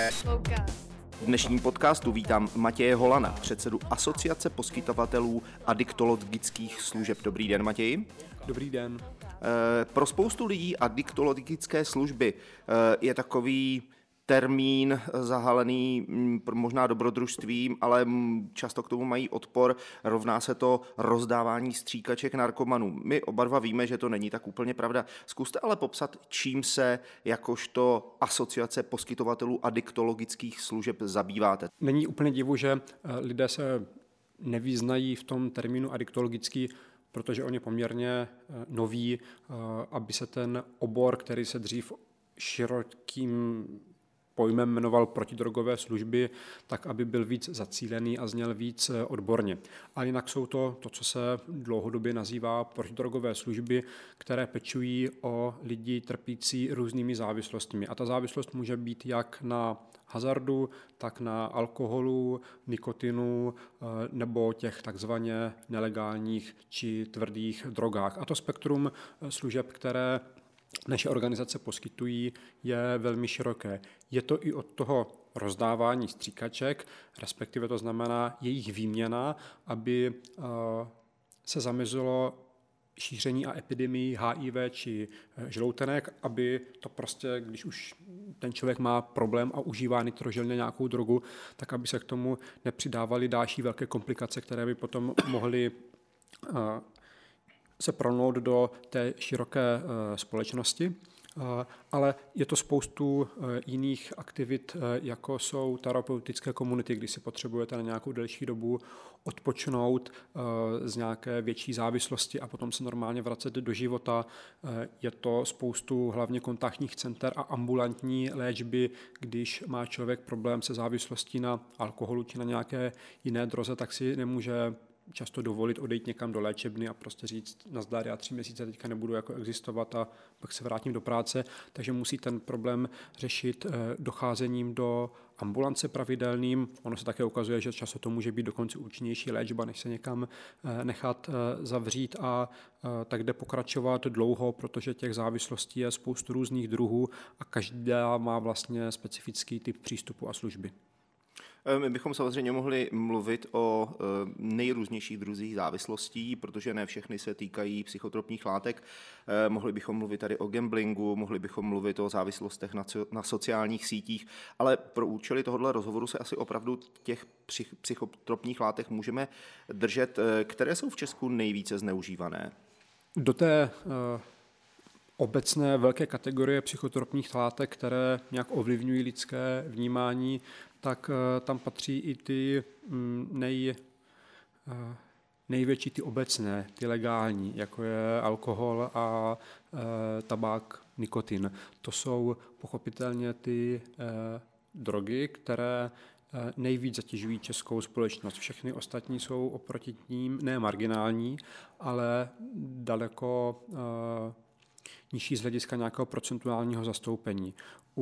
V dnešním podcastu vítám Matěje Holana, předsedu Asociace poskytovatelů adiktologických služeb. Dobrý den, Matěji. Dobrý den. Pro spoustu lidí adiktologické služby je takový termín zahalený možná dobrodružstvím, ale často k tomu mají odpor. Rovná se to rozdávání stříkaček narkomanům. My oba dva víme, že to není tak úplně pravda. Zkuste ale popsat, čím se jakožto Asociace poskytovatelů adiktologických služeb zabýváte. Není úplně divu, že lidé se nevyznají v tom termínu adiktologický, protože on je poměrně nový, aby se ten obor, který se dřív širokým pojmem jmenoval protidrogové služby, tak aby byl víc zacílený a zněl víc odborně. A jinak jsou to, co se dlouhodobě nazývá protidrogové služby, které pečují o lidi trpící různými závislostmi. A ta závislost může být jak na hazardu, tak na alkoholu, nikotinu nebo těch takzvaně nelegálních či tvrdých drogách. A to spektrum služeb, které naše organizace poskytují, je velmi široké. Je to i od toho rozdávání stříkaček, respektive to znamená jejich výměna, aby se zamezilo šíření a epidemii HIV či žloutenek, aby to prostě, když už ten člověk má problém a užívá nitrožilně nějakou drogu, tak aby se k tomu nepřidávaly další velké komplikace, které by potom mohly se prolnout do té široké společnosti, ale je to spoustu jiných aktivit, jako jsou terapeutické komunity, kdy si potřebujete na nějakou delší dobu odpočnout z nějaké větší závislosti a potom se normálně vracet do života. Je to spoustu hlavně kontaktních center a ambulantní léčby, když má člověk problém se závislostí na alkoholu či na nějaké jiné droze, tak si nemůže často dovolit odejít někam do léčebny a prostě říct nazdar, já 3 měsíce teďka nebudu jako existovat a pak se vrátím do práce, takže musí ten problém řešit docházením do ambulance pravidelným. Ono se také ukazuje, že často to může být dokonce účinnější léčba, než se někam nechat zavřít a tak jde pokračovat dlouho, protože těch závislostí je spoustu různých druhů a každá má vlastně specifický typ přístupu a služby. My bychom samozřejmě mohli mluvit o nejrůznějších druzích závislostí, protože ne všechny se týkají psychotropních látek. Mohli bychom mluvit tady o gamblingu, mohli bychom mluvit o závislostech na sociálních sítích, ale pro účely tohoto rozhovoru se asi opravdu těch psychotropních látek můžeme držet. Které jsou v Česku nejvíce zneužívané? Do té obecné velké kategorie psychotropních látek, které nějak ovlivňují lidské vnímání, tak tam patří i ty největší, ty obecné, ty legální, jako je alkohol a tabák, nikotin. To jsou pochopitelně ty drogy, které nejvíc zatěžují českou společnost. Všechny ostatní jsou oproti ním ne marginální, ale daleko nižší z hlediska nějakého procentuálního zastoupení.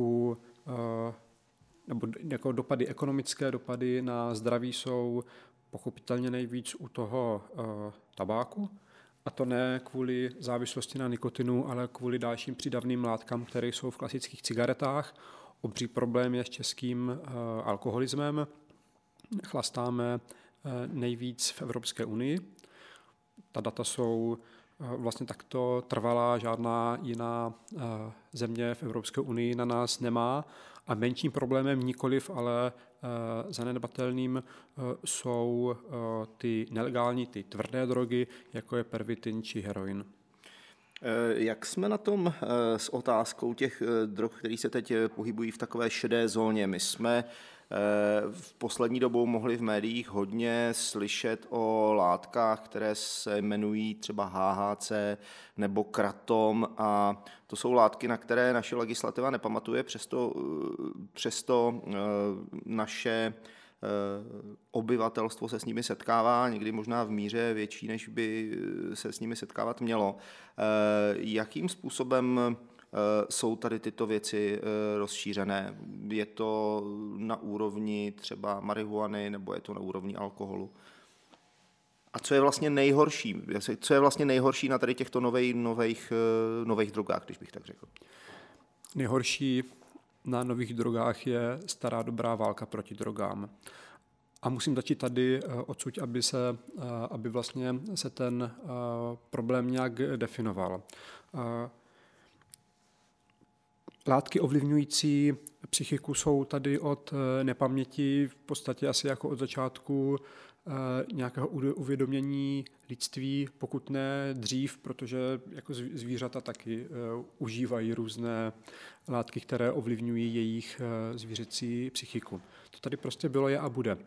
Nebo jako dopady, ekonomické dopady na zdraví jsou pochopitelně nejvíc u toho tabáku, a to ne kvůli závislosti na nikotinu, ale kvůli dalším přídavným látkám, které jsou v klasických cigaretách. Obří problém je s českým alkoholismem. Chlastáme nejvíc v Evropské unii. Ta data jsou vlastně takto trvalá, žádná jiná země v Evropské unii na nás nemá. A menším problémem nikoliv, ale zanedbatelným jsou ty nelegální, ty tvrdé drogy, jako je pervitin či heroin. Jak jsme na tom s otázkou těch drog, které se teď pohybují v takové šedé zóně? My jsme v poslední dobou mohli v médiích hodně slyšet o látkách, které se jmenují třeba HHC nebo kratom, a to jsou látky, na které naše legislativa nepamatuje, přesto naše obyvatelstvo se s nimi setkává, někdy možná v míře větší, než by se s nimi setkávat mělo. Jakým způsobem jsou tady tyto věci rozšířené? Je to na úrovni třeba marihuany nebo je to na úrovni alkoholu? A co je vlastně nejhorší? Co je vlastně nejhorší na tady těchto nových drogách, když bych tak řekl? Nejhorší na nových drogách je stará dobrá válka proti drogám. A musím začít tady odsud, aby vlastně se ten problém nějak definoval. Látky ovlivňující psychiku jsou tady od nepaměti, v podstatě asi jako od začátku nějakého uvědomění lidství, pokud ne dřív, protože jako zvířata taky užívají různé látky, které ovlivňují jejich zvířecí psychiku. To tady prostě bylo, je a bude.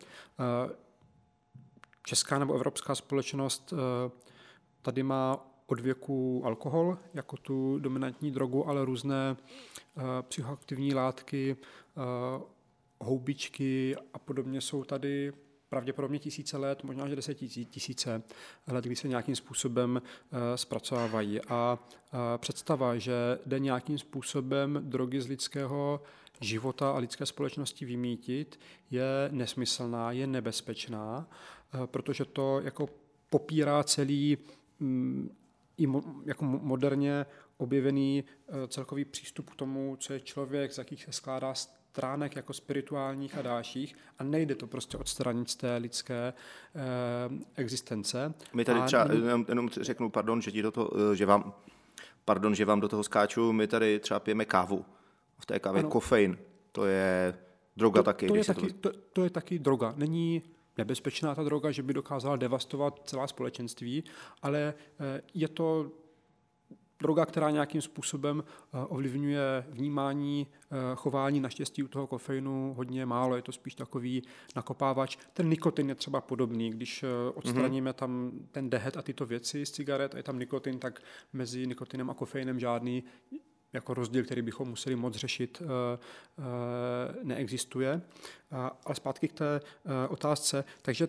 Česká nebo evropská společnost tady má od věku alkohol jako tu dominantní drogu, ale různé psychoaktivní látky, houbičky a podobně jsou tady pravděpodobně tisíce let, možná že 10 000 let, kdy se nějakým způsobem zpracovávají. A představa, že jde nějakým způsobem drogy z lidského života a lidské společnosti vymítit, je nesmyslná, je nebezpečná, protože to jako popírá celý jako moderně objevený celkový přístup k tomu, co je člověk, z jakých se skládá stránek jako spirituálních a dalších a nejde to prostě odstranit z té lidské existence. My tady třeba, jenom řeknu, že vám do toho skáču, my tady třeba pijeme kávu. V té kávě kofein, to je droga taky. To je taky droga. Není nebezpečná ta droga, že by dokázala devastovat celá společenství, ale je to droga, která nějakým způsobem ovlivňuje vnímání, chování, naštěstí u toho kofeinu hodně málo, je to spíš takový nakopávač. Ten nikotin je třeba podobný, když odstraníme tam ten dehet a tyto věci z cigaret a je tam nikotin, tak mezi nikotinem a kofeinem žádný jako rozdíl, který bychom museli moc řešit, neexistuje. Ale zpátky k té otázce. Takže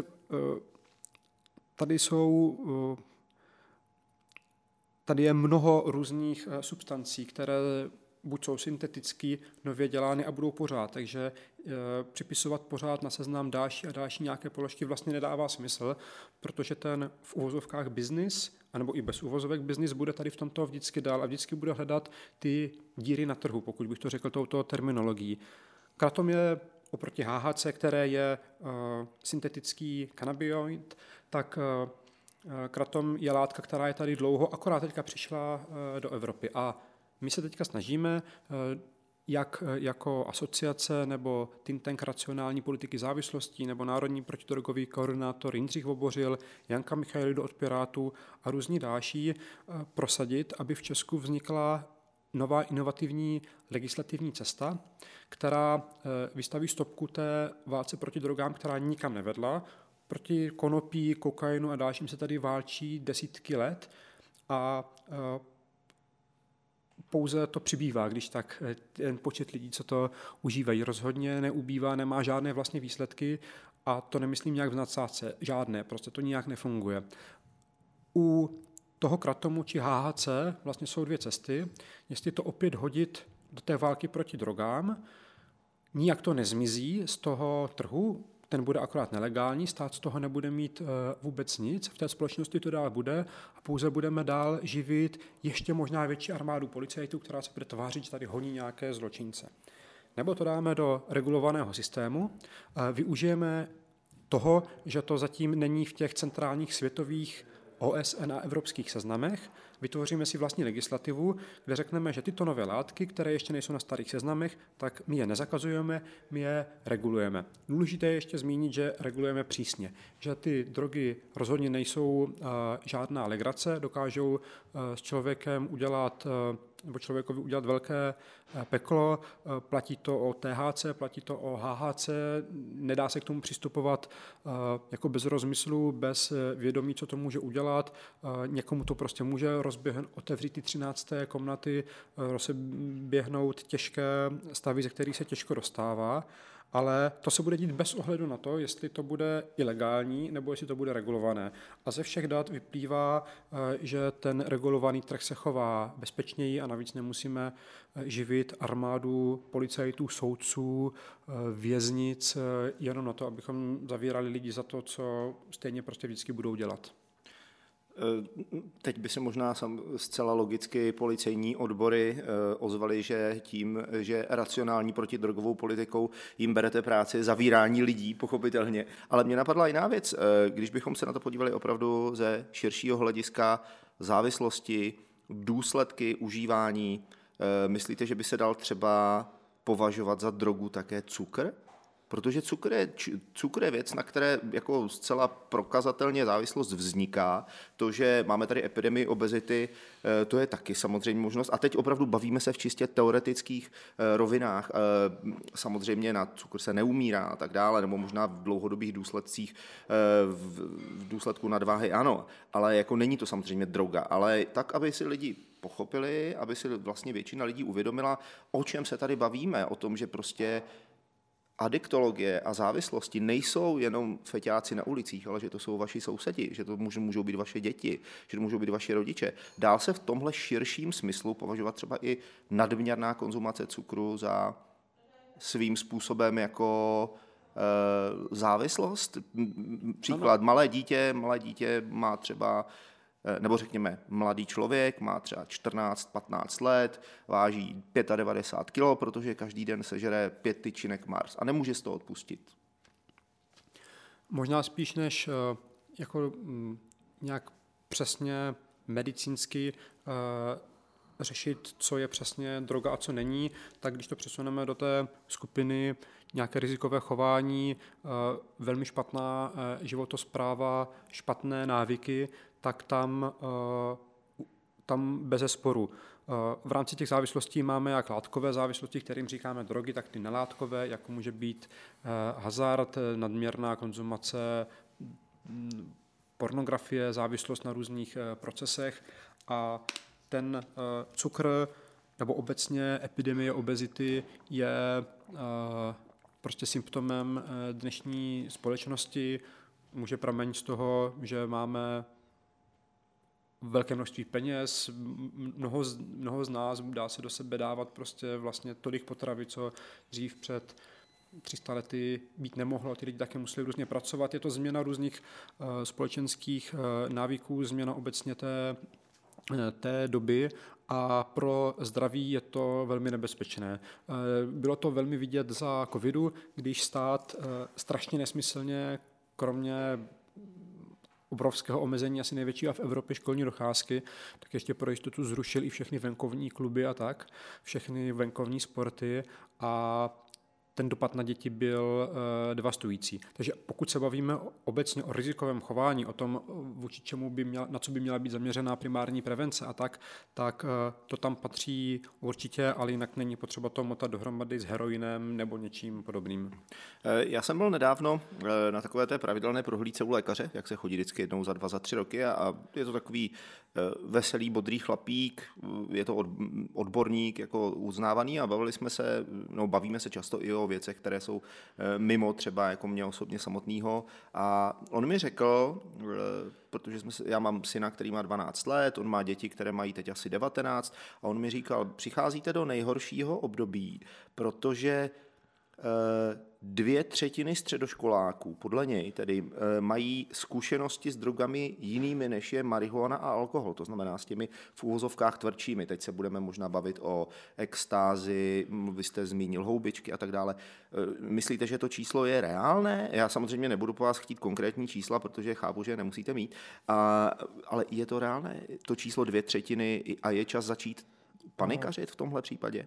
tady je mnoho různých substancí, které buď jsou synteticky nově dělány a budou pořád, takže připisovat pořád na seznam další a další nějaké položky vlastně nedává smysl, protože ten v uvozovkách biznis, anebo i bez uvozovek biznis bude tady v tomto vždycky dál a vždycky bude hledat ty díry na trhu, pokud bych to řekl touto terminologií. Kratom je oproti HHC, které je syntetický kanabinoid, tak kratom je látka, která je tady dlouho, akorát teďka přišla do Evropy. A my se teďka snažíme, jak jako asociace nebo think tank racionální politiky závislostí nebo Národní protidrogový koordinátor Jindřich Vobořil, Janka Michailidou od Pirátů a různí další prosadit, aby v Česku vznikla nová inovativní legislativní cesta, která vystaví stopku té válce proti drogám, která nikam nevedla. Proti konopí, kokainu a dalším se tady válčí desítky let a pouze to přibývá, když tak ten počet lidí, co to užívají, rozhodně neubývá, nemá žádné vlastně výsledky a to nemyslím nějak v nadsázce, žádné, prostě to nijak nefunguje. U toho kratomu či HHC vlastně jsou dvě cesty, jestli to opět hodit do té války proti drogám, nijak to nezmizí z toho trhu, ten bude akorát nelegální, stát z toho nebude mít vůbec nic, v té společnosti to dál bude a pouze budeme dál živit ještě možná větší armádu policajtů, která se bude tvářit, že tady honí nějaké zločince. Nebo to dáme do regulovaného systému, využijeme toho, že to zatím není v těch centrálních světových OSN a evropských seznamech, vytvoříme si vlastní legislativu, kde řekneme, že tyto nové látky, které ještě nejsou na starých seznamech, tak my je nezakazujeme, my je regulujeme. Důležité je ještě zmínit, že regulujeme přísně, že ty drogy rozhodně nejsou žádná legrace, dokážou s člověkem udělat nebo člověkovi udělat velké peklo, platí to o THC, platí to o HHC, nedá se k tomu přistupovat jako bez rozmyslu, bez vědomí, co to může udělat, někomu to prostě může otevřít ty 13. komnaty, rozběhnout těžké stavy, ze kterých se těžko dostává, ale to se bude dít bez ohledu na to, jestli to bude ilegální nebo jestli to bude regulované. A ze všech dat vyplývá, že ten regulovaný trh se chová bezpečněji a navíc nemusíme živit armádu policajtů, soudců, věznic, jenom na to, abychom zavírali lidi za to, co stejně prostě vždycky budou dělat. Teď by se možná zcela logicky policejní odbory ozvaly, že tím, že racionální protidrogovou politikou jim berete práci, zavírání lidí, pochopitelně. Ale mě napadla jiná věc. Když bychom se na to podívali opravdu ze širšího hlediska závislosti, důsledky užívání, myslíte, že by se dal třeba považovat za drogu také cukr? Protože cukr je věc, na které jako zcela prokazatelně závislost vzniká. To, že máme tady epidemii obezity, to je taky samozřejmě možnost. A teď opravdu bavíme se v čistě teoretických rovinách. Samozřejmě na cukr se neumírá a tak dále, nebo možná v dlouhodobých důsledcích, v důsledku nadváhy ano. Ale jako není to samozřejmě droga. Ale tak, aby si lidi pochopili, aby si vlastně většina lidí uvědomila, o čem se tady bavíme, o tom, že prostě adiktologie a závislosti nejsou jenom feťáci na ulicích, ale že to jsou vaši sousedi, že to můžou být vaše děti, že to můžou být vaši rodiče. Dál se v tomhle širším smyslu považovat třeba i nadměrná konzumace cukru za svým způsobem jako závislost? Příklad, malé dítě má třeba, nebo řekněme, mladý člověk má třeba 14-15 let, váží 95 kg, protože každý den sežere 5 tyčinek Mars a nemůže z toho odpustit. Možná spíš než jako nějak přesně medicínsky řešit, co je přesně droga a co není, tak když to přesuneme do té skupiny nějaké rizikové chování, velmi špatná životospráva, špatné návyky, tak tam bezesporu. V rámci těch závislostí máme jak látkové závislosti, kterým říkáme drogy, tak ty nelátkové, jako může být hazard, nadměrná konzumace, pornografie, závislost na různých procesech a ten cukr nebo obecně epidemie obezity je prostě symptomem dnešní společnosti. Může pramenit z toho, že máme velké množství peněz, mnoho z nás dá se do sebe dávat prostě vlastně tolik potravy, co dřív před 300 lety být nemohlo, ty lidi také museli různě pracovat. Je to změna různých společenských návyků, změna obecně té doby a pro zdraví je to velmi nebezpečné. Bylo to velmi vidět za covidu, když stát strašně nesmyslně, kromě obrovského omezení, asi největšího v Evropě školní docházky, tak ještě pro jistotu zrušil i všechny venkovní kluby a tak, všechny venkovní sporty a ten dopad na děti byl devastující. Takže pokud se bavíme obecně o rizikovém chování, o tom, vůči čemu na co by měla být zaměřená primární prevence a tak to tam patří určitě, ale jinak není potřeba to motat dohromady s heroinem nebo něčím podobným. Já jsem byl nedávno na takové té pravidelné prohlídce u lékaře, jak se chodí vždycky jednou za 2, za 3 roky a je to takový veselý, bodrý chlapík, je to odborník, jako uznávaný a bavíme se často i o věcech, které jsou mimo třeba jako mě osobně samotného. A on mi řekl, protože já mám syna, který má 12 let, on má děti, které mají teď asi 19 a on mi říkal, přicházíte do nejhoršího období, protože 2/3 středoškoláků, podle něj tedy, mají zkušenosti s drogami jinými, než je marihuana a alkohol, to znamená s těmi v úvozovkách tvrdšími. Teď se budeme možná bavit o extázi, vy jste zmínil houbičky a tak dále. Myslíte, že to číslo je reálné? Já samozřejmě nebudu po vás chtít konkrétní čísla, protože chápu, že je nemusíte mít, ale je to reálné? To číslo 2/3 a je čas začít panikařit v tomhle případě?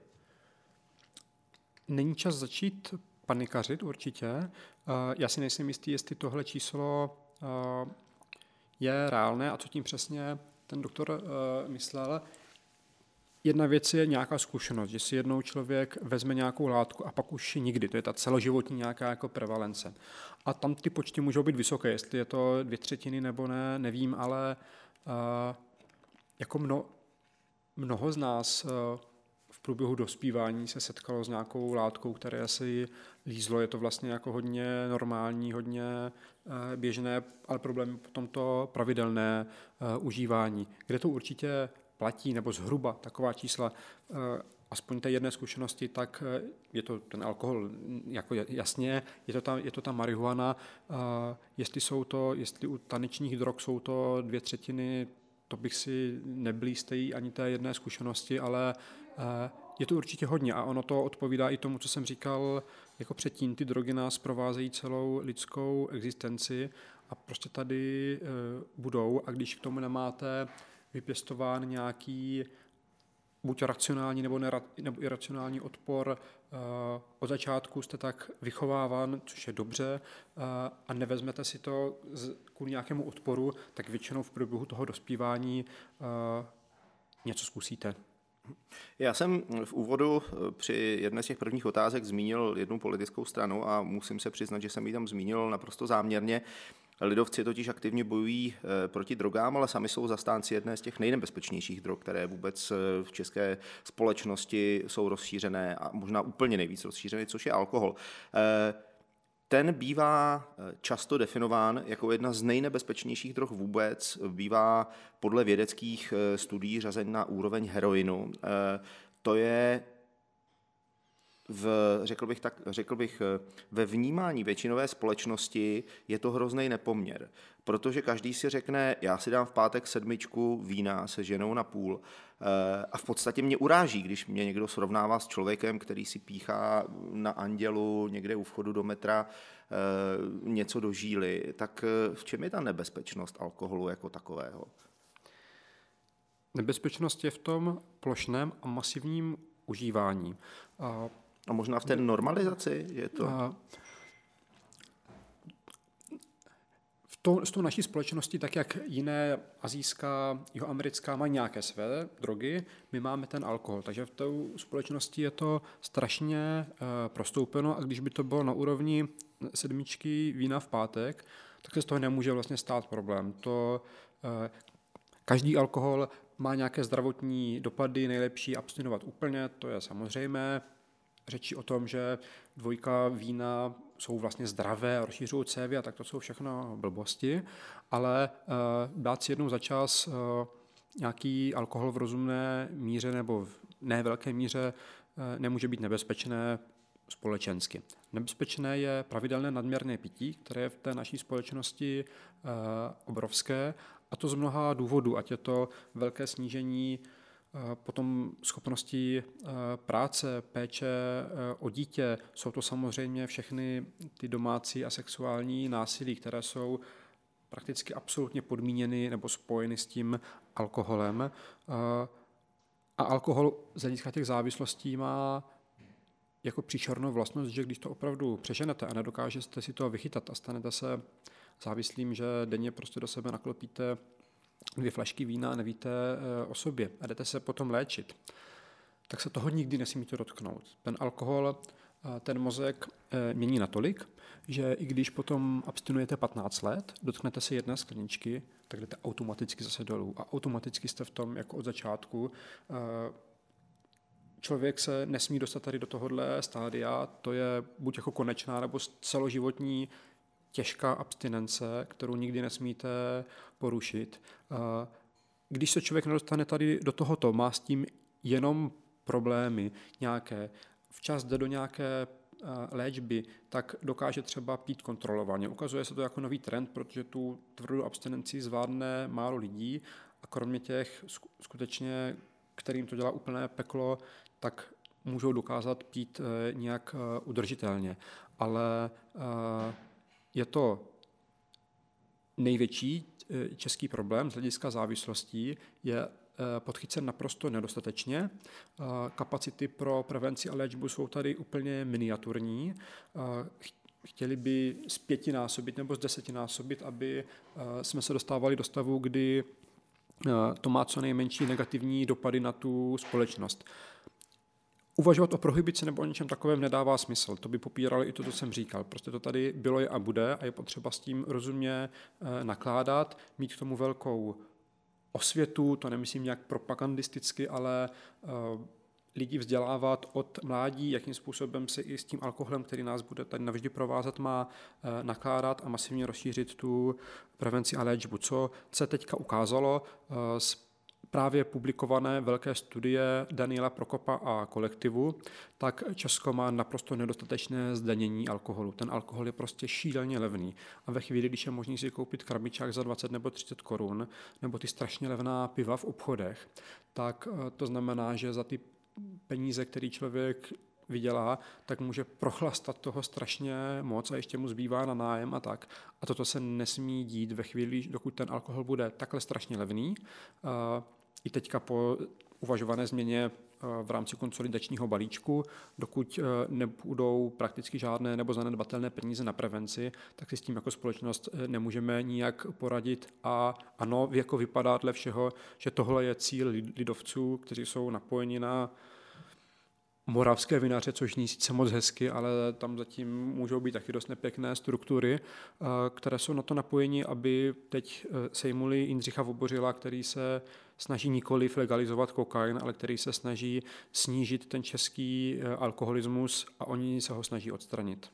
Není čas začít panikařit určitě. Já si nejsem jistý, jestli tohle číslo je reálné a co tím přesně ten doktor myslel. Jedna věc je nějaká zkušenost, že si jednou člověk vezme nějakou látku a pak už nikdy. To je ta celoživotní nějaká jako prevalence. A tam ty počty můžou být vysoké, jestli je to 2/3 nebo ne, nevím, ale jako mnoho z nás v průběhu dospívání se setkalo s nějakou látkou, které si lízlo. Je to vlastně jako hodně normální, hodně běžné, ale problém je potom to pravidelné užívání, kde to určitě platí, nebo zhruba taková čísla, aspoň té jedné zkušenosti, tak je to ten alkohol, jako jasně, je to ta marihuana, jestli u tanečních drog jsou to 2/3, to bych si nebyl jistý ani té jedné zkušenosti, ale je to určitě hodně a ono to odpovídá i tomu, co jsem říkal jako předtím. Ty drogy nás provázejí celou lidskou existenci a prostě tady budou a když k tomu nemáte vypěstován nějaký buď racionální nebo iracionální odpor, od začátku jste tak vychováván, což je dobře, a nevezmete si to kvůli nějakému odporu, tak většinou v průběhu toho dospívání něco zkusíte. Já jsem v úvodu při jedné z těch prvních otázek zmínil jednu politickou stranu a musím se přiznat, že jsem ji tam zmínil naprosto záměrně. Lidovci totiž aktivně bojují proti drogám, ale sami jsou zastánci jedné z těch nejnebezpečnějších drog, které vůbec v české společnosti jsou rozšířené a možná úplně nejvíc rozšířené, což je alkohol. Ten bývá často definován jako jedna z nejnebezpečnějších drog vůbec, bývá podle vědeckých studií řazen na úroveň heroinu. To je řekl bych, ve vnímání většinové společnosti je to hrozný nepoměr, protože každý si řekne, já si dám v pátek 7 vína se ženou na půl a v podstatě mě uráží, když mě někdo srovnává s člověkem, který si píchá na Andělu někde u vchodu do metra něco do žíly. Tak v čem je ta nebezpečnost alkoholu jako takového? Nebezpečnost je v tom plošném a masivním užívání. A možná v té normalizaci je to? S tou naší společností, tak jak jiné asijská, jihoamerická mají nějaké své drogy, my máme ten alkohol. Takže v té společnosti je to strašně prostoupeno a když by to bylo na úrovni 7 vína v pátek, tak se z toho nemůže vlastně stát problém. Každý alkohol má nějaké zdravotní dopady, nejlepší abstinovat úplně, to je samozřejmé. Řečí o tom, že 2 vína jsou vlastně zdravé a rozšířují cévy a tak to jsou všechno blbosti, ale dát si jednou za čas nějaký alkohol v rozumné míře nebo v ne velké míře nemůže být nebezpečné společensky. Nebezpečné je pravidelné nadměrné pití, které je v té naší společnosti obrovské, a to z mnoha důvodů, ať je to velké snížení potom schopnosti práce, péče o dítě, jsou to samozřejmě všechny ty domácí a sexuální násilí, které jsou prakticky absolutně podmíněny nebo spojeny s tím alkoholem. A alkohol z hlediska těch závislostí má jako příšernou vlastnost, že když to opravdu přeženete a nedokážete si to vychytat a stanete se závislým, že denně prostě do sebe naklopíte 2 flašky vína a nevíte o sobě a jdete se potom léčit, tak se toho nikdy nesmíte dotknout. Ten alkohol, ten mozek mění natolik, že i když potom abstinujete 15 let, dotknete se jedné skleničky, tak jdete automaticky zase dolů a automaticky jste v tom jako od začátku. Člověk se nesmí dostat tady do tohohle stádia, to je buď jako konečná nebo celoživotní těžká abstinence, kterou nikdy nesmíte porušit. Když se člověk nedostane tady do tohoto, má s tím jenom problémy nějaké, včas jde do nějaké léčby, tak dokáže třeba pít kontrolovaně. Ukazuje se to jako nový trend, protože tu tvrdou abstinenci zvládne málo lidí a kromě těch skutečně, kterým to dělá úplné peklo, tak můžou dokázat pít nějak udržitelně. Ale je to největší český problém z hlediska závislostí, je podchycen naprosto nedostatečně. Kapacity pro prevenci a léčbu jsou tady úplně miniaturní. Chtěli by z 5násobit nebo z 10násobit, aby jsme se dostávali do stavu, kdy to má co nejmenší negativní dopady na tu společnost. Uvažovat o prohibici nebo o něčem takovém nedává smysl. To by popíralo i to, co jsem říkal. Prostě to tady bylo a bude a je potřeba s tím rozumně nakládat, mít k tomu velkou osvětu, to nemyslím nějak propagandisticky, ale lidi vzdělávat od mládí, jakým způsobem se i s tím alkoholem, který nás bude tady navždy provázet, má nakládat a masivně rozšířit tu prevenci a léčbu. Co se teďka ukázalo z právě publikované velké studie Daniela Prokopa a kolektivu, tak Česko má naprosto nedostatečné zdanění alkoholu. Ten alkohol je prostě šíleně levný. A ve chvíli, když je možný si koupit krabičák za 20 nebo 30 korun, nebo ty strašně levná piva v obchodech, tak to znamená, že za ty peníze, který člověk vydělá, tak může prochlastat toho strašně moc a ještě mu zbývá na nájem a tak. A toto se nesmí dít ve chvíli, dokud ten alkohol bude takhle strašně levný. I teďka po uvažované změně v rámci konsolidačního balíčku, dokud nebudou prakticky žádné nebo zanedbatelné peníze na prevenci, tak si s tím jako společnost nemůžeme nijak poradit. A ano, jako vypadá dle všeho, že tohle je cíl lidovců, kteří jsou napojeni na moravské vinaře, což ní sice moc hezky, ale tam zatím můžou být taky dost nepěkné struktury, které jsou na to napojeni, aby teď sejmuli Jindřicha Vobořila, který se snaží nikoliv legalizovat kokain, ale který se snaží snížit ten český alkoholismus a oni se ho snaží odstranit.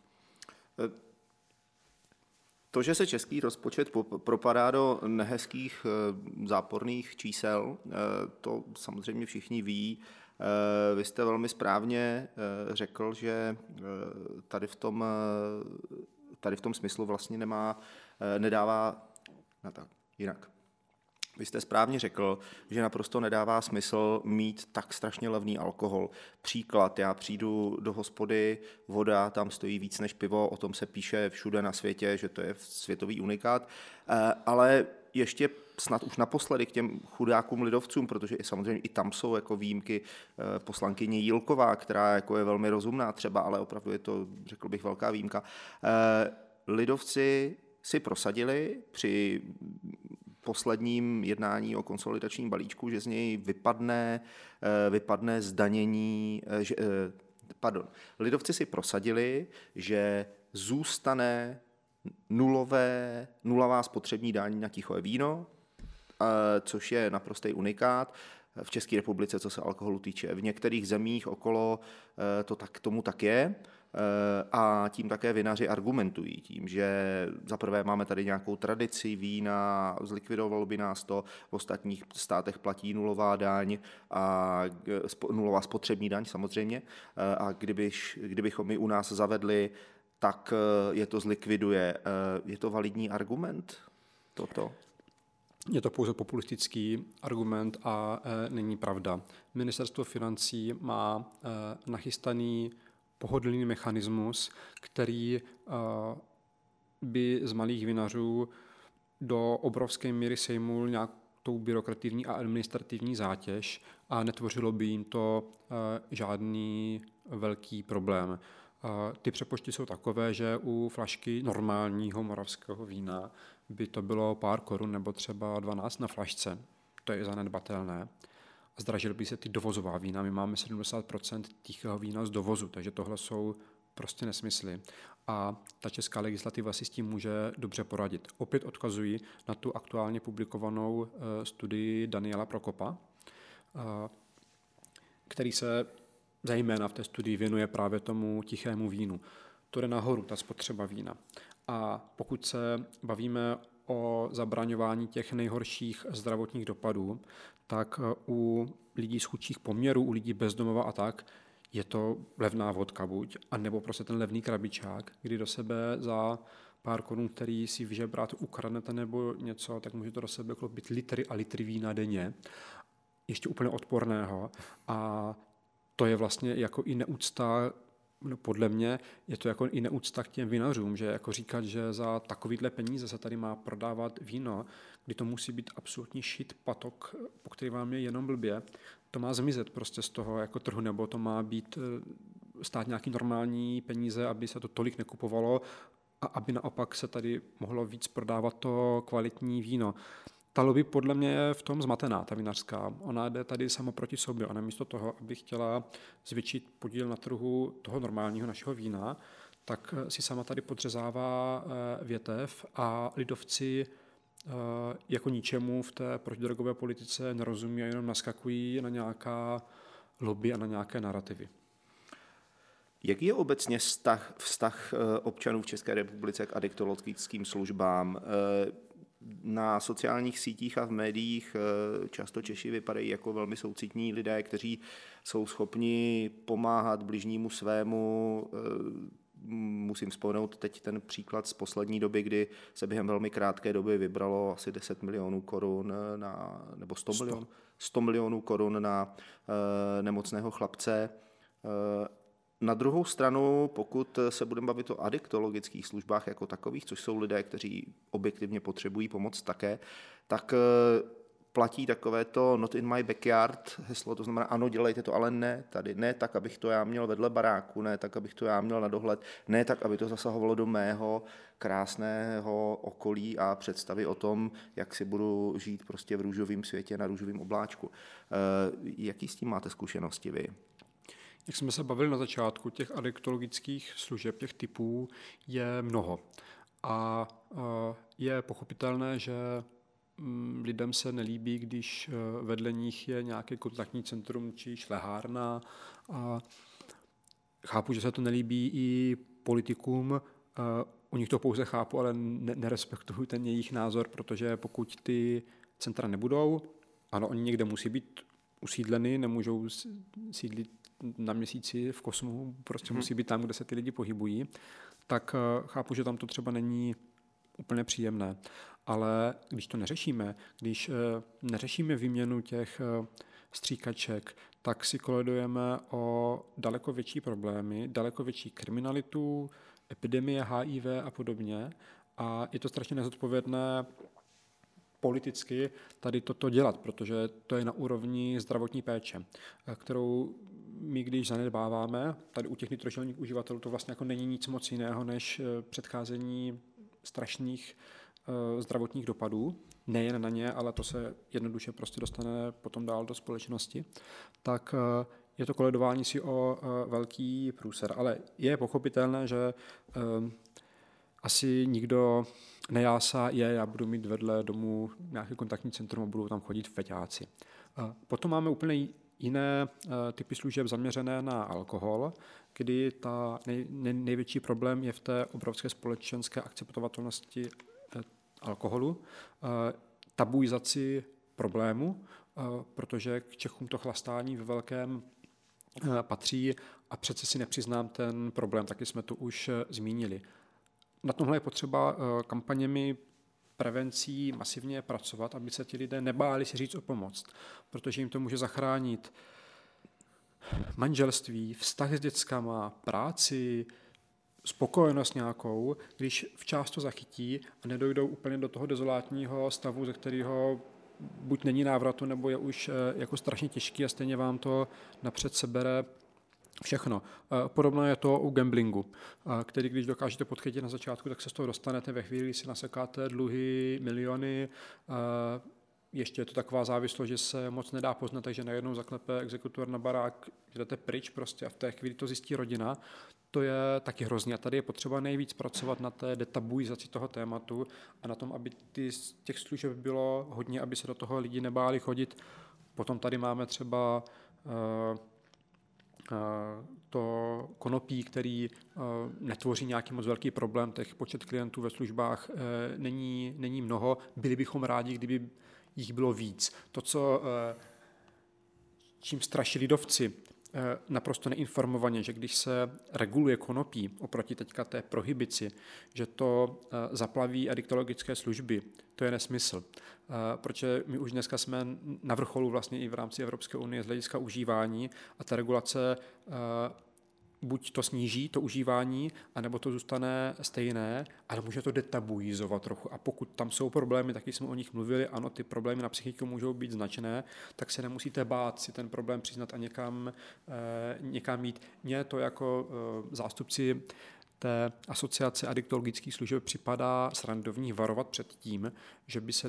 To, že se český rozpočet propadá do nehezkých záporných čísel, to samozřejmě všichni ví. Vy jste velmi správně řekl, že tady v tom smyslu vlastně nedává jinak. Vy jste správně řekl, že naprosto nedává smysl mít tak strašně levný alkohol. Příklad, já přijdu do hospody, voda tam stojí víc než pivo, o tom se píše všude na světě, že to je světový unikát, ale ještě snad už naposledy k těm chudákům lidovcům, protože samozřejmě i tam jsou jako výjimky, poslankyně Jílková, která jako je velmi rozumná třeba, ale opravdu je to, řekl bych, velká výjimka. Lidovci si prosadili při posledním jednání o konsolidačním balíčku, že z něj vypadne zdanění, lidovci si prosadili, že zůstane nulová spotřební daň na tiché víno, což je naprostý unikát v České republice, co se alkoholu týče. V některých zemích okolo tomu tak je. A tím také vinaři argumentují tím, že zaprvé máme tady nějakou tradici vína, zlikvidovalo by nás to, v ostatních státech platí nulová daň a nulová spotřební daň samozřejmě a kdybychom my u nás zavedli, tak je to zlikviduje. Je to validní argument toto? Je to pouze populistický argument a není pravda. Ministerstvo financí má nachystaný pohodlný mechanismus, který by z malých vinařů do obrovské míry sejmul nějakou byrokrativní a administrativní zátěž a netvořilo by jim to žádný velký problém. Ty přepočty jsou takové, že u flašky normálního moravského vína by to bylo pár korun nebo třeba 12 na flašce. To je zanedbatelné. A zdražily by se ty dovozová vína. My máme 70% tichého vína z dovozu, takže tohle jsou prostě nesmysly. A ta česká legislativa si s tím může dobře poradit. Opět odkazuji na tu aktuálně publikovanou studii Daniela Prokopa, který se zejména v té studii věnuje právě tomu tichému vínu. To jde nahoru, ta spotřeba vína. A pokud se bavíme o zabraňování těch nejhorších zdravotních dopadů, tak u lidí z chudších poměrů, u lidí bezdomova a tak, je to levná vodka buď, anebo prostě ten levný krabičák, kdy do sebe za pár korun, který si vyžebrat ukradnete nebo něco, tak můžete do sebe klopit litry a litry vína denně, ještě úplně odporného. A to je vlastně jako i neúcta, podle mě je to jako i neúcta k těm vinařům, že jako říkat, že za takovýhle peníze se tady má prodávat víno, kdy to musí být absolutní shit patok, po který vám je jenom blbě, to má zmizet prostě z toho jako trhu, nebo to má být stát nějaký normální peníze, aby se to tolik nekupovalo a aby naopak se tady mohlo víc prodávat to kvalitní víno. Ta lobby podle mě je v tom zmatená, ta vinařská. Ona jde tady sama proti sobě. Ona místo toho, aby chtěla zvětšit podíl na trhu toho normálního našeho vína, tak si sama tady podřezává větev a lidovci jako ničemu v té protidrogové politice nerozumí a jenom naskakují na nějaká lobby a na nějaké narrativy. Jaký je obecně vztah občanů v České republice k adiktologickým službám? Na sociálních sítích a v médiích často Češi vypadají jako velmi soucitní lidé, kteří jsou schopni pomáhat bližnímu svému. Musím vzpomenout teď ten příklad z poslední doby, kdy se během velmi krátké doby vybralo asi 10 milionů korun nebo 100 milionů korun na nemocného chlapce. Na druhou stranu, pokud se budeme bavit o adiktologických službách jako takových, což jsou lidé, kteří objektivně potřebují pomoc také, tak platí takovéto not in my backyard heslo, to znamená ano, dělejte to, ale ne tady, ne tak, abych to já měl vedle baráku, ne tak, abych to já měl na dohled, ne tak, aby to zasahovalo do mého krásného okolí a představy o tom, jak si budu žít prostě v růžovém světě na růžovém obláčku. Jaký s tím máte zkušenosti vy? Jak jsme se bavili na začátku, těch adiktologických služeb, těch typů je mnoho. A je pochopitelné, že lidem se nelíbí, když vedle nich je nějaké kontaktní centrum či šlehárna. A chápu, že se to nelíbí i politikům. U nich to pouze chápu, ale nerespektuju ten jejich názor, protože pokud ty centra nebudou, ano, oni někde musí být usídleny, nemůžou sídlit na měsíci v kosmu, prostě musí být tam, kde se ty lidi pohybují, tak chápu, že tam to třeba není úplně příjemné. Ale když to neřešíme, když neřešíme výměnu těch stříkaček, tak si koledujeme o daleko větší problémy, daleko větší kriminalitu, epidemie HIV a podobně. A je to strašně nezodpovědné politicky tady toto dělat, protože to je na úrovni zdravotní péče, kterou my, když zanedbáváme, tady u těch nitrožilních uživatelů to vlastně jako není nic moc jiného, než předcházení strašných zdravotních dopadů, nejen na ně, ale to se jednoduše prostě dostane potom dál do společnosti, tak je to koledování si o velký průser. Ale je pochopitelné, že asi nikdo nejásá, já budu mít vedle domu nějaké kontaktní centrum a budou tam chodit feťáci. Potom máme úplně jiné typy služeb zaměřené na alkohol, kdy ta největší problém je v té obrovské společenské akceptovatelnosti alkoholu, tabuizaci problému, protože k Čechům to chlastání ve velkém patří a přece si nepřiznám ten problém, taky jsme to už zmínili. Na tomhle je potřeba kampaněmi prevencí masivně pracovat, aby se ti lidé nebáli si říct o pomoc, protože jim to může zachránit manželství, vztah s dětskama, práci, spokojenost nějakou, když včas to zachytí a nedojdou úplně do toho dezolátního stavu, ze kterého buď není návratu, nebo je už jako strašně těžký a stejně vám to napřed sebere všechno. Podobné je to u gamblingu, který když dokážete podchytit na začátku, tak se z toho dostanete ve chvíli, kdy si nasekáte dluhy, miliony. Ještě je to taková závislost, že se moc nedá poznat, takže najednou zaklepe exekutor na barák, jdete pryč prostě a v té chvíli to zjistí rodina. To je taky hrozný a tady je potřeba nejvíc pracovat na té detabuizaci toho tématu a na tom, aby těch služeb bylo hodně, aby se do toho lidi nebáli chodit. Potom tady máme třeba to konopí, který netvoří nějaký moc velký problém, těch počet klientů ve službách není mnoho. Byli bychom rádi, kdyby jich bylo víc. To, čím straší lidovci naprosto neinformovaně, že když se reguluje konopí oproti teďka té prohibici, že to zaplaví adiktologické služby, to je nesmysl. Protože my už dneska jsme na vrcholu vlastně i v rámci Evropské unie z hlediska užívání a ta regulace buď to sníží, to užívání, anebo to zůstane stejné, ale může to detabuizovat trochu. A pokud tam jsou problémy, taky jsme o nich mluvili, ano, ty problémy na psychiku můžou být značné, tak se nemusíte bát si ten problém přiznat a někam jít. Mně to jako zástupci té asociace adiktologických služeb připadá srandovní varovat před tím, že by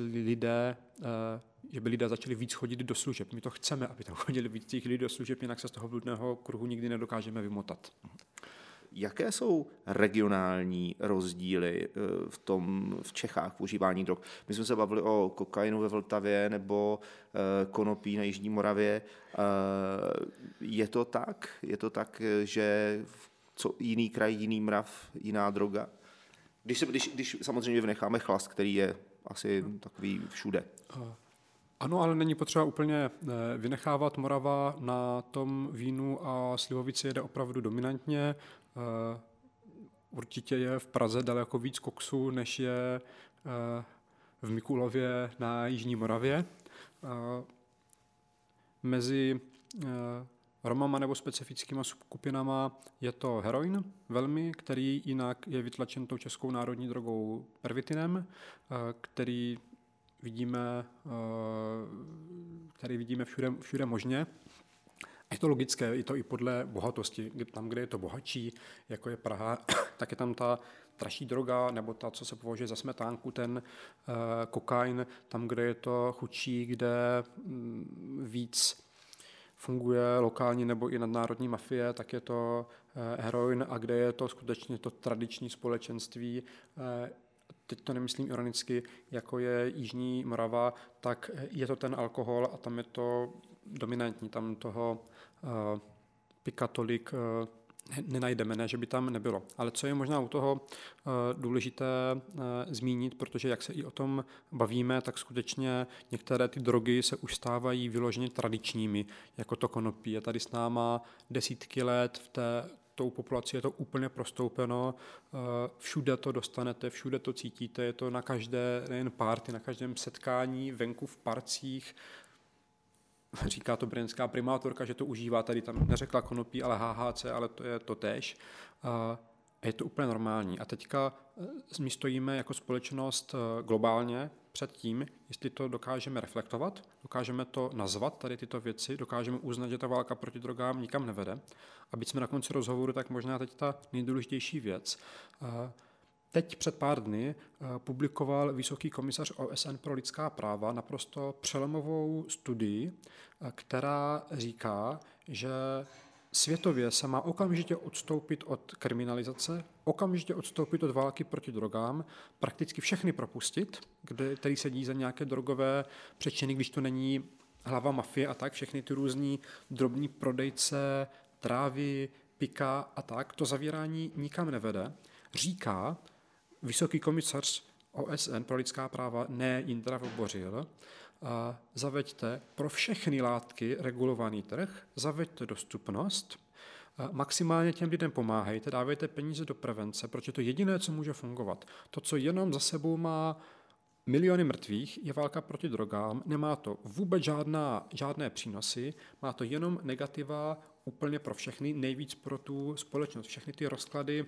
lidé začali víc chodit do služeb. My to chceme, aby tam chodili víc těch lidí do služeb, jinak se z toho bludného kruhu nikdy nedokážeme vymotat. Jaké jsou regionální rozdíly v Čechách v užívání drog? My jsme se bavili o kokainu ve Vltavě nebo konopí na Jižní Moravě. Je to tak? Je to tak, že jiný kraj, jiný mrav, jiná droga? Když samozřejmě vynecháme chlast, který je asi takový všude. Ano, ale není potřeba úplně vynechávat. Morava na tom vínu a slivovici jede opravdu dominantně. Určitě je v Praze daleko víc koksu, než je v Mikulově na Jižní Moravě. Mezi aromama nebo specifickýma skupinama je to heroin, velmi, který jinak je vytlačen tou českou národní drogou pervitinem, který vidíme všude možně. Je to logické, je to i podle bohatosti. Tam, kde je to bohatší, jako je Praha, tak je tam ta dražší droga, nebo ta, co se považuje za smetánku, ten kokain. Tam, kde je to chudší, kde víc funguje lokální nebo i nadnárodní mafie, tak je to heroin, a kde je to skutečně to tradiční společenství, teď to nemyslím ironicky, jako je Jižní Morava, tak je to ten alkohol a tam je to dominantní, tam toho pika tolik nenajdeme, ne, že by tam nebylo. Ale co je možná u toho důležité zmínit, protože jak se i o tom bavíme, tak skutečně některé ty drogy se už stávají vyloženě tradičními, jako to konopí. Je tady s náma desítky let, tou populací je to úplně prostoupeno, všude to dostanete, všude to cítíte, je to na každé, nejen party, na každém setkání, venku v parcích. Říká to brněnská primátorka, že to užívá, tady tam neřekla konopí, ale HHC, ale to je to též. A je to úplně normální. A teďka my stojíme jako společnost globálně před tím, jestli to dokážeme reflektovat, dokážeme to nazvat, tady tyto věci, dokážeme uznat, že ta válka proti drogám nikam nevede. A byť jsme na konci rozhovoru, tak možná teď ta nejdůležitější věc. Teď před pár dny publikoval Vysoký komisař OSN pro lidská práva naprosto přelomovou studii, která říká, že světově se má okamžitě odstoupit od kriminalizace, okamžitě odstoupit od války proti drogám, prakticky všechny propustit, který sedí za nějaké drogové přečiny, když to není hlava mafie a tak, všechny ty různí drobní prodejce, trávy, pika a tak, to zavírání nikam nevede. Říká Vysoký komisař OSN pro lidská práva, ne Jindra Vobořil, zaveďte pro všechny látky regulovaný trh, zaveďte dostupnost, maximálně těm lidem pomáhejte, dávejte peníze do prevence, protože je to jediné, co může fungovat. To, co jenom za sebou má miliony mrtvých, je válka proti drogám, nemá to vůbec žádné přínosy, má to jenom negativa úplně pro všechny, nejvíc pro tu společnost. Všechny ty rozklady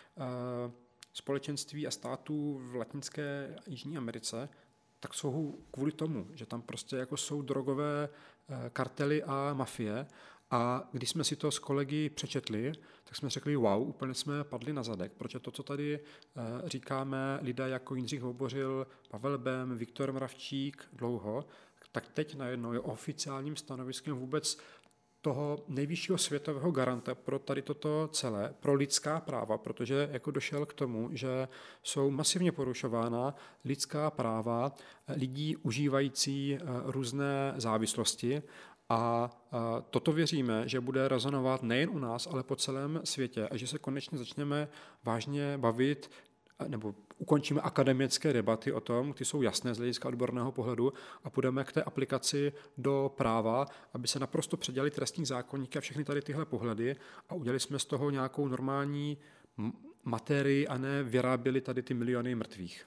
společenství a států v Latinské a Jižní Americe, tak jsou kvůli tomu, že tam prostě jako jsou drogové kartely a mafie. A když jsme si to s kolegy přečetli, tak jsme řekli, wow, úplně jsme padli na zadek, protože to, co tady říkáme lidé jako Jindřich Vobořil, Pavel Bém, Viktor Mravčík dlouho, tak teď najednou je oficiálním stanoviskem vůbec toho nejvyššího světového garanta pro tady toto celé, pro lidská práva, protože jako došel k tomu, že jsou masivně porušována lidská práva lidí užívající různé závislosti a toto věříme, že bude rezonovat nejen u nás, ale po celém světě a že se konečně začneme vážně bavit nebo ukončíme akademické debaty o tom, ty jsou jasné z hlediska odborného pohledu a půjdeme k té aplikaci do práva, aby se naprosto předělali trestní zákoníky a všechny tady tyhle pohledy a udělali jsme z toho nějakou normální materii a ne vyráběli tady ty miliony mrtvých.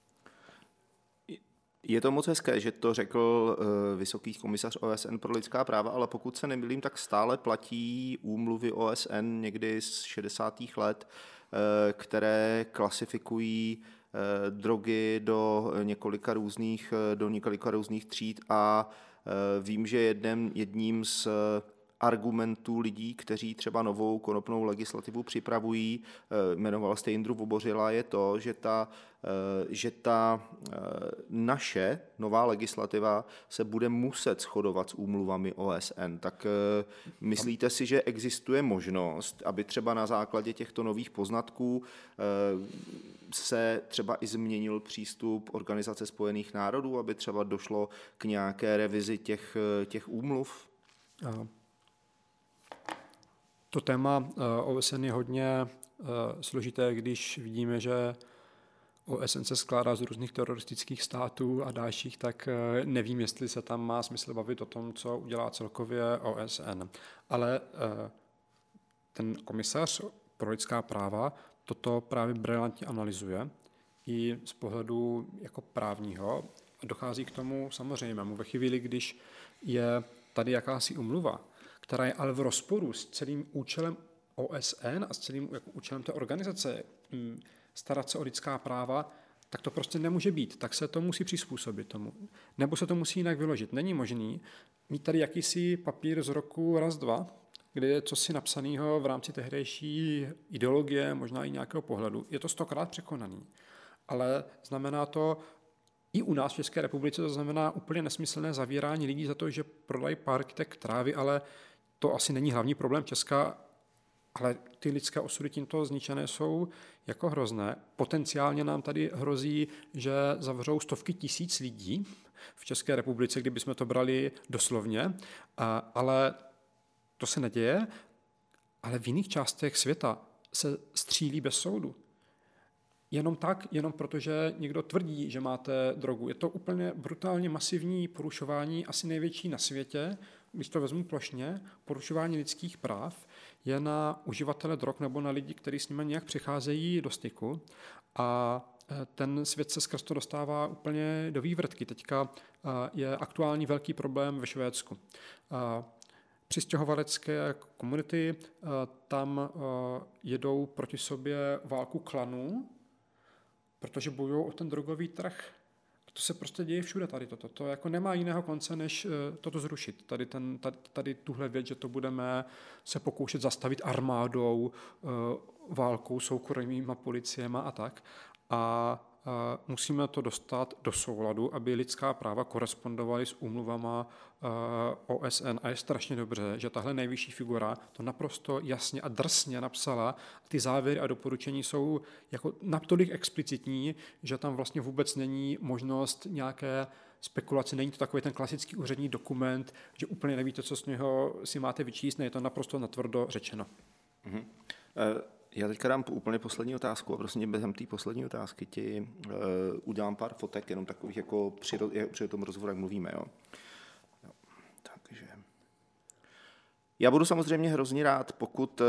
Je to moc hezké, že to řekl Vysoký komisař OSN pro lidská práva, ale pokud se nemýlím, tak stále platí úmluvy OSN někdy z 60. let, které klasifikují drogy do několika různých tříd a vím, že jedním z argumentů lidí, kteří třeba novou konopnou legislativu připravují, jmenoval jste Jindru Vobořila, je to, že ta naše nová legislativa se bude muset shodovat s úmluvami OSN. Tak myslíte si, že existuje možnost, aby třeba na základě těchto nových poznatků se třeba i změnil přístup Organizace spojených národů, aby třeba došlo k nějaké revizi těch úmluv? To téma OSN je hodně složité, když vidíme, že OSN se skládá z různých teroristických států a dalších, tak nevím, jestli se tam má smysl bavit o tom, co udělá celkově OSN. Ale ten komisař pro lidská práva toto právě brilantně analyzuje i z pohledu jako právního. Dochází k tomu samozřejmému. Ve chvíli, když je tady jakási umluva, která je ale v rozporu s celým účelem OSN a s celým jako účelem té organizace starat se o lidská práva, tak to prostě nemůže být. Tak se to musí přizpůsobit tomu. Nebo se to musí jinak vyložit. Není možný mít tady jakýsi papír z roku raz, dva, kde je cosi napsaného v rámci tehdejší ideologie, možná i nějakého pohledu. Je to 100krát překonaný. Ale znamená to, i u nás v České republice to znamená úplně nesmyslné zavírání lidí za to, že prodají pár kytek trávy, ale to asi není hlavní problém Česka, ale ty lidské osudy tímto zničené jsou jako hrozné. Potenciálně nám tady hrozí, že zavřou stovky tisíc lidí v České republice, kdybychom to brali doslovně, ale to se neděje, ale v jiných částech světa se střílí bez soudu. Jenom tak, jenom protože někdo tvrdí, že máte drogu. Je to úplně brutálně masivní porušování, asi největší na světě, když to vezmu plošně, porušování lidských práv je na uživatele drog nebo na lidi, kteří s nimi nějak přicházejí do styku a ten svět se skrz to dostává úplně do vývrtky. Teďka je aktuální velký problém ve Švédsku. Přistěhovalecké komunity tam jedou proti sobě válku klanů, protože bojují o ten drogový trh. To se prostě děje všude tady toto. To jako nemá jiného konce, než toto zrušit. Tady tuhle věc, že to budeme se pokoušet zastavit armádou, válkou, soukromýma policiema a tak. A musíme to dostat do souladu, aby lidská práva korespondovaly s úmluvama OSN. A je strašně dobře, že tahle nejvyšší figura to naprosto jasně a drsně napsala. Ty závěry a doporučení jsou jako natolik explicitní, že tam vlastně vůbec není možnost nějaké spekulace. Není to takový ten klasický úřední dokument, že úplně nevíte, co z něho si máte vyčíst. Ne, je to naprosto natvrdo řečeno. Mm-hmm. Já teďka dám úplně poslední otázku a prostě během té poslední otázky ti udělám pár fotek, jenom takových jako při tom rozhovoru, jak mluvíme. Jo. Takže já budu samozřejmě hrozně rád, pokud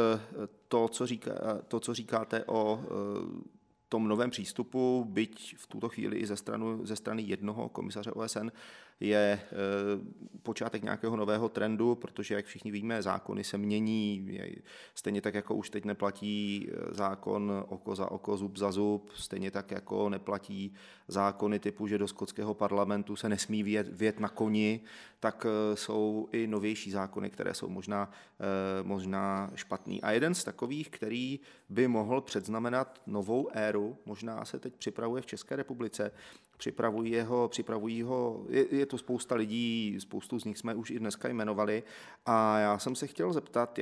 to, co říkáte o tom novém přístupu, byť v tuto chvíli i ze strany jednoho komisaře OSN, je počátek nějakého nového trendu, protože, jak všichni víme, zákony se mění, stejně tak, jako už teď neplatí zákon oko za oko, zub za zub, stejně tak, jako neplatí zákony typu, že do skotského parlamentu se nesmí vjet na koni, tak jsou i novější zákony, které jsou možná špatný. A jeden z takových, který by mohl předznamenat novou éru, možná se teď připravuje v České republice, připravují ho, je to spousta lidí, spoustu z nich jsme už i dneska jmenovali a já jsem se chtěl zeptat,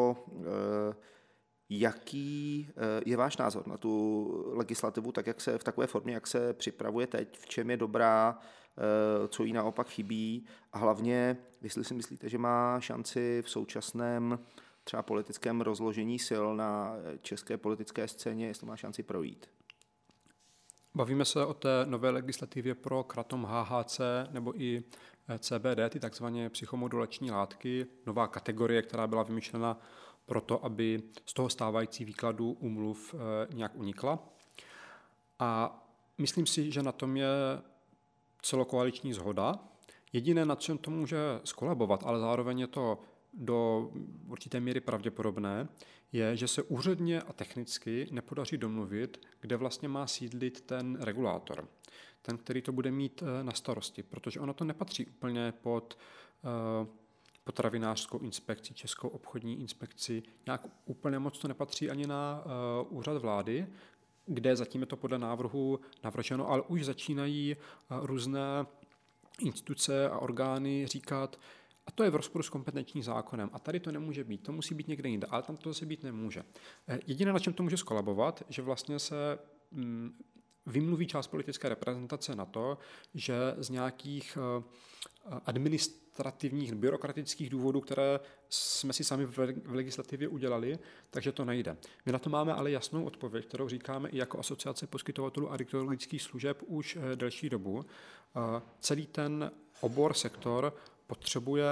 jaký je váš názor na tu legislativu, tak jak se v takové formě, jak se připravuje teď, v čem je dobrá, co jí naopak chybí a hlavně, jestli si myslíte, že má šanci v současném třeba politickém rozložení sil na české politické scéně, jestli má šanci projít. Bavíme se o té nové legislativě pro kratom HHC nebo i CBD, ty takzvané psychomodulační látky, nová kategorie, která byla vymyšlena proto, aby z toho stávající výkladu úmluv nějak unikla. A myslím si, že na tom je celokoaliční shoda. Jediné, na čem to může skolabovat, ale zároveň je to do určité míry pravděpodobné, je, že se úředně a technicky nepodaří domluvit, kde vlastně má sídlit ten regulátor, ten, který to bude mít na starosti, protože ono to nepatří úplně pod potravinářskou inspekci, Českou obchodní inspekci, nějak úplně moc to nepatří ani na úřad vlády, kde zatím je to podle návrhu navrženo, ale už začínají různé instituce a orgány říkat, a to je v rozporu s kompetenčním zákonem. A tady to nemůže být, to musí být někde jinde, ale tam to zase být nemůže. Jediné, na čem to může skolabovat, že vlastně se vymluví část politické reprezentace na to, že z nějakých administrativních, byrokratických důvodů, které jsme si sami v legislativě udělali, takže to nejde. My na to máme ale jasnou odpověď, kterou říkáme i jako Asociace poskytovatelů adiktologických služeb už delší dobu. Celý ten sektor potřebuje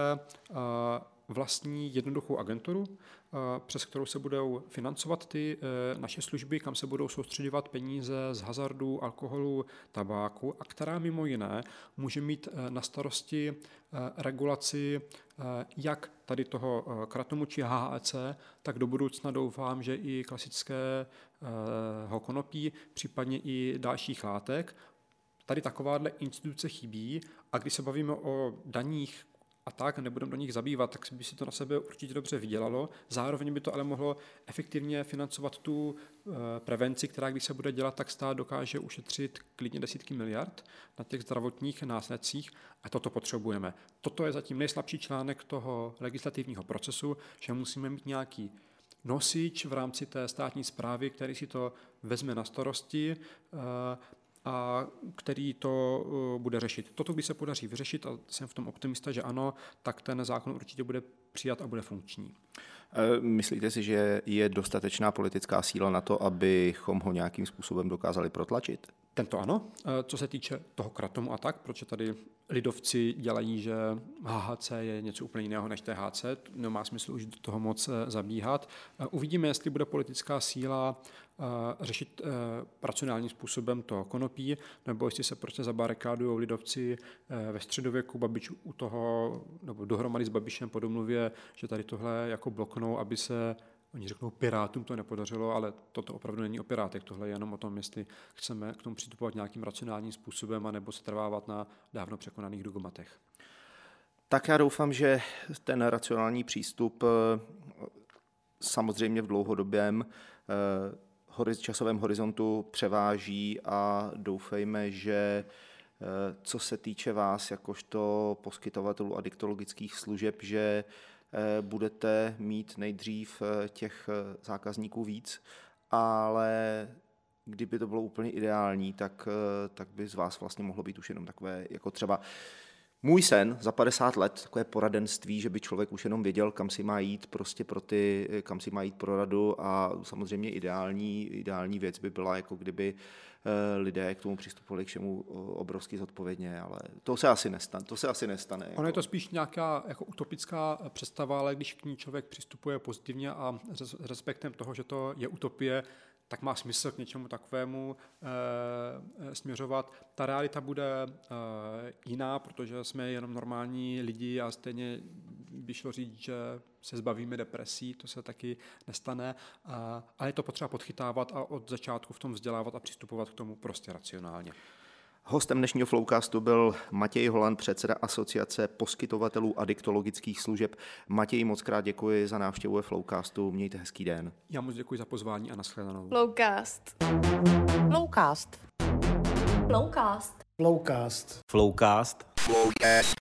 vlastní jednoduchou agenturu, přes kterou se budou financovat ty naše služby, kam se budou soustředovat peníze z hazardu, alkoholu, tabáku a která mimo jiné může mít na starosti regulaci jak tady toho kratomu či HHC, tak do budoucna doufám, že i klasického konopí, případně i dalších látek. Tady takováhle instituce chybí a když se bavíme o daních a tak, nebudeme do nich zabývat, tak by si to na sebe určitě dobře vydělalo. Zároveň by to ale mohlo efektivně financovat tu prevenci, která když se bude dělat, tak stát dokáže ušetřit klidně desítky miliard na těch zdravotních následcích a toto potřebujeme. Toto je zatím nejslabší článek toho legislativního procesu, že musíme mít nějaký nosič v rámci té státní správy, který si to vezme na starosti a který to bude řešit. Toto, když se podaří vyřešit, a jsem v tom optimista, že ano, tak ten zákon určitě bude přijat a bude funkční. Myslíte si, že je dostatečná politická síla na to, abychom ho nějakým způsobem dokázali protlačit? Tento ano. Co se týče toho kratomu a tak, proč tady lidovci dělají, že HHC je něco úplně jiného než THC, nemá smysl už do toho moc zabíhat. Uvidíme, jestli bude politická síla řešit racionálním způsobem to konopí, nebo jestli se prostě zabarikádují lidovci ve středověku, Babiš u toho, nebo dohromady s Babišem po domluvě, že tady tohle jako bloknou, aby se, oni řeknou, pirátům to nepodařilo, ale toto opravdu není o pirátech, tohle je jenom o tom, jestli chceme k tomu přistupovat nějakým racionálním způsobem, anebo se trvávat na dávno překonaných dogmatech. Tak já doufám, že ten racionální přístup samozřejmě v dlouhodobém časovém horizontu převáží a doufejme, že co se týče vás jakožto poskytovatelů adiktologických služeb, že budete mít nejdřív těch zákazníků víc, ale kdyby to bylo úplně ideální, tak by z vás vlastně mohlo být už jenom takové, jako třeba můj sen za 50 let, takové poradenství, že by člověk už jenom věděl, kam si má jít prostě kam si má jít pro radu a samozřejmě ideální věc by byla, jako kdyby lidé k tomu přistupovali k všemu obrovsky zodpovědně, ale to se asi nestane. Ono je to spíš nějaká jako utopická představa, ale když k ní člověk přistupuje pozitivně a s respektem toho, že to je utopie, tak má smysl k něčemu takovému směřovat. Ta realita bude jiná, protože jsme jenom normální lidi a stejně by šlo říct, že se zbavíme depresí, to se taky nestane, ale je to potřeba podchytávat a od začátku v tom vzdělávat a přistupovat k tomu prostě racionálně. Hostem dnešního Flowcastu byl Matěj Holan, předseda Asociace poskytovatelů adiktologických služeb. Matěj, moc krát děkuji za návštěvu ve Flowcastu. Mějte hezký den. Já moc děkuji za pozvání a nashledanou. Flowcast. Flowcast. Flowcast. Flowcast. Flowcast.